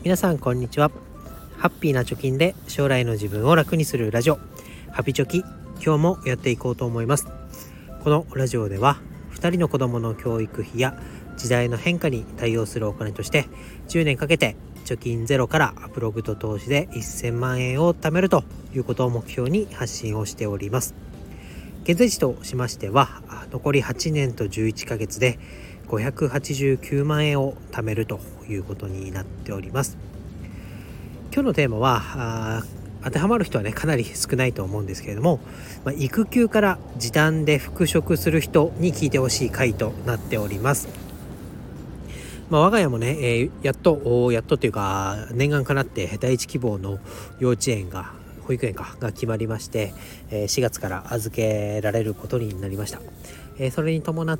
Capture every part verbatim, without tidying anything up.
皆さんこんにちは。ハッピーな貯金で将来の自分を楽にするラジオ、ハピチョキ、今日もやっていこうと思います。このラジオではふたりの子供の教育費や時代の変化に対応するお金としてじゅうねんかけて貯金ゼロからブログと投資でせんまんえんを貯めるということを目標に発信をしております。現在地としましては残りはちねんとじゅういっかげつでごひゃくはちじゅうきゅうまんえんを貯めるということになっております。今日のテーマはあ当てはまる人はねかなり少ないと思うんですけれども、まあ、育休から時短で復職する人に聞いてほしい回となっております。まあ、我が家もね、えー、やっとやっとというか念願かなって第一希望の幼稚園が保育園かが決まりまして、えー、しがつから預けられることになりました。えー、それに伴って、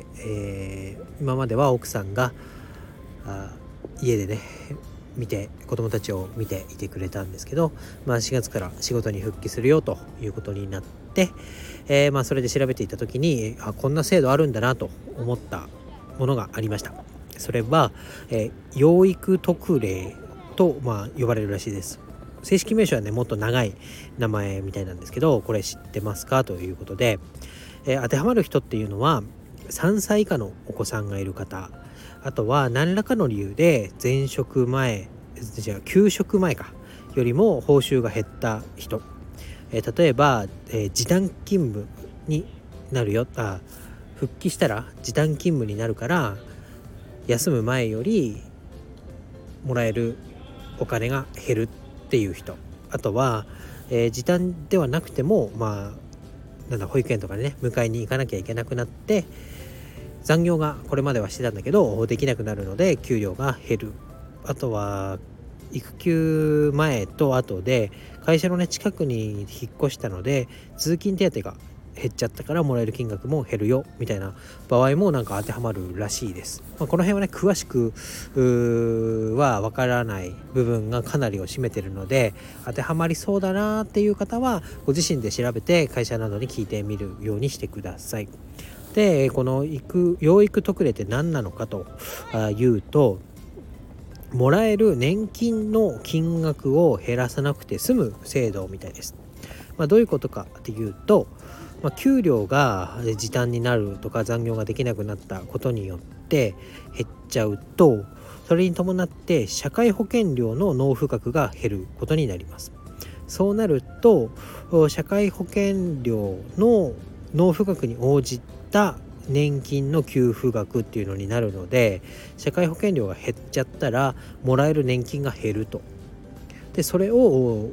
えー、今までは奥さんがあ家でね見て子供たちを見ていてくれたんですけど、まあ、しがつから仕事に復帰するよということになって、えー、まあそれで調べていた時にあこんな制度あるんだなと思ったものがありました。それは、えー、養育特例と、まあ、呼ばれるらしいです。正式名称はねもっと長い名前みたいなんですけど、これ知ってますかということで、えー、当てはまる人っていうのはさんさい以下のお子さんがいる方、あとは何らかの理由で前職前じゃあ休職前かよりも報酬が減った人、えー、例えば、えー、時短勤務になるよあ復帰したら時短勤務になるから休む前よりもらえるお金が減るっていう人、あとは、えー、時短ではなくてもまあなんだ保育園とかでね迎えに行かなきゃいけなくなって残業がこれまではしてたんだけどできなくなるので給料が減る。あとは育休前と後で会社のね近くに引っ越したので通勤手当が減っちゃったからもらえる金額も減るよみたいな場合もなんか当てはまるらしいです。まあ、この辺はね詳しくはわからない部分がかなりを占めているので当てはまりそうだなっていう方はご自身で調べて会社などに聞いてみるようにしてください。でこの育養育特例って何なのかというと、もらえる年金の金額を減らさなくて済む制度みたいです。まあ、どういうことかっていうと、まあ、給料が時短になるとか残業ができなくなったことによって減っちゃうと、それに伴って社会保険料の納付額が減ることになります。そうなると社会保険料の納付額に応じた年金の給付額っていうのになるので、社会保険料が減っちゃったらもらえる年金が減ると。でそれを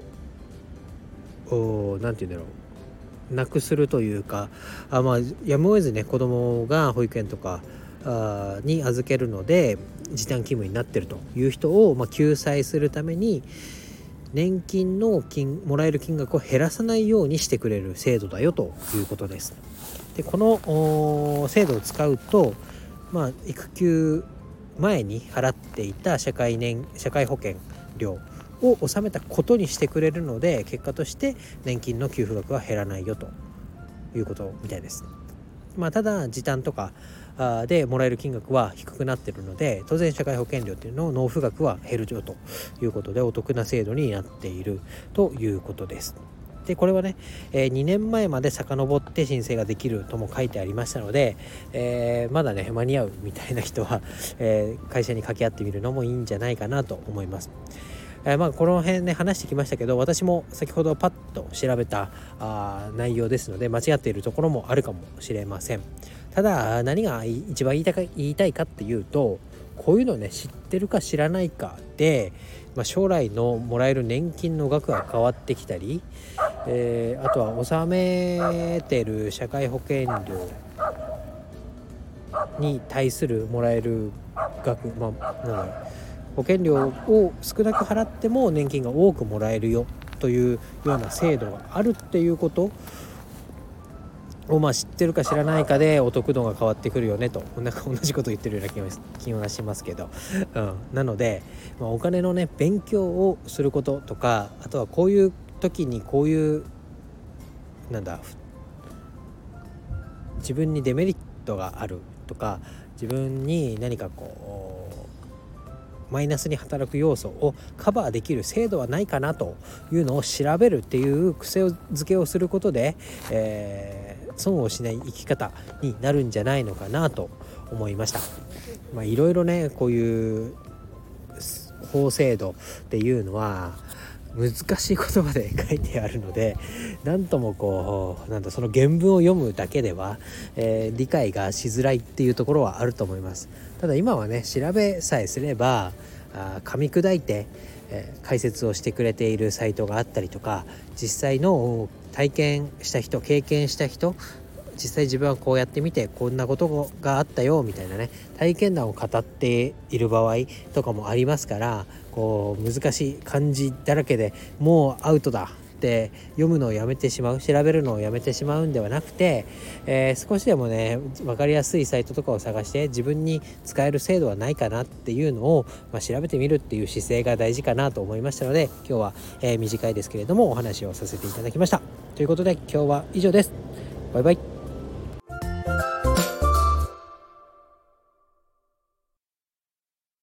なんて言うんだろうなくするというか、あまあやむを得ずね子供が保育園とかあに預けるので時短勤務になってるという人を、まあ、救済するために年金の金もらえる金額を減らさないようにしてくれる制度だよということです。でこの制度を使うと、まあ、育休前に払っていた社会年社会保険料を納めたことにしてくれるので、結果として年金の給付額は減らないよということみたいです。まあ、ただ時短とかでもらえる金額は低くなっているので、当然社会保険料っていうのを納付額は減るよということでお得な制度になっているということです。でこれはね、えー、にねんまえまで遡って申請ができるとも書いてありましたので、えー、まだね間に合うみたいな人は、えー、会社に掛け合ってみるのもいいんじゃないかなと思います。えー、まあこの辺ね話してきましたけど、私も先ほどパッと調べたあ内容ですので間違っているところもあるかもしれません。ただ何が一番言いたか言いたいかっていうと、こういうのね知ってるか知らないかで、まあ、将来のもらえる年金の額が変わってきたり、えー、あとは納めてる社会保険料に対するもらえる額、まあ、なんだろう保険料を少なく払っても年金が多くもらえるよというような制度があるっていうことをまあ知ってるか知らないかでお得度が変わってくるよねと、なんか同じこと言ってるような気が気がしますけど、うん、なので、まあ、お金のね勉強をすることとか、あとはこういう時にこういうなんだ自分にデメリットがあるとか、自分に何かこマイナスに働く要素をカバーできる制度はないかなというのを調べるっていう癖づけをすることで、えー、損をしない生き方になるんじゃないのかなと思いました。まあいろいろねこういう法制度っていうのは難しい言葉で書いてあるので、なんともこうなんだその原文を読むだけでは、えー、理解がしづらいっていうところはあると思います。ただ今はね調べさえすればあ噛み砕いて、えー、解説をしてくれているサイトがあったりとか、実際の体験した人経験した人実際自分はこうやってみてこんなことがあったよみたいなね体験談を語っている場合とかもありますから、こう難しい漢字だらけでもうアウトだって読むのをやめてしまう、調べるのをやめてしまうんではなくて、えー、少しでもね分かりやすいサイトとかを探して自分に使える制度はないかなっていうのを、まあ、調べてみるっていう姿勢が大事かなと思いましたので、今日は、えー、短いですけれどもお話をさせていただきました。ということで今日は以上です。バイバイ。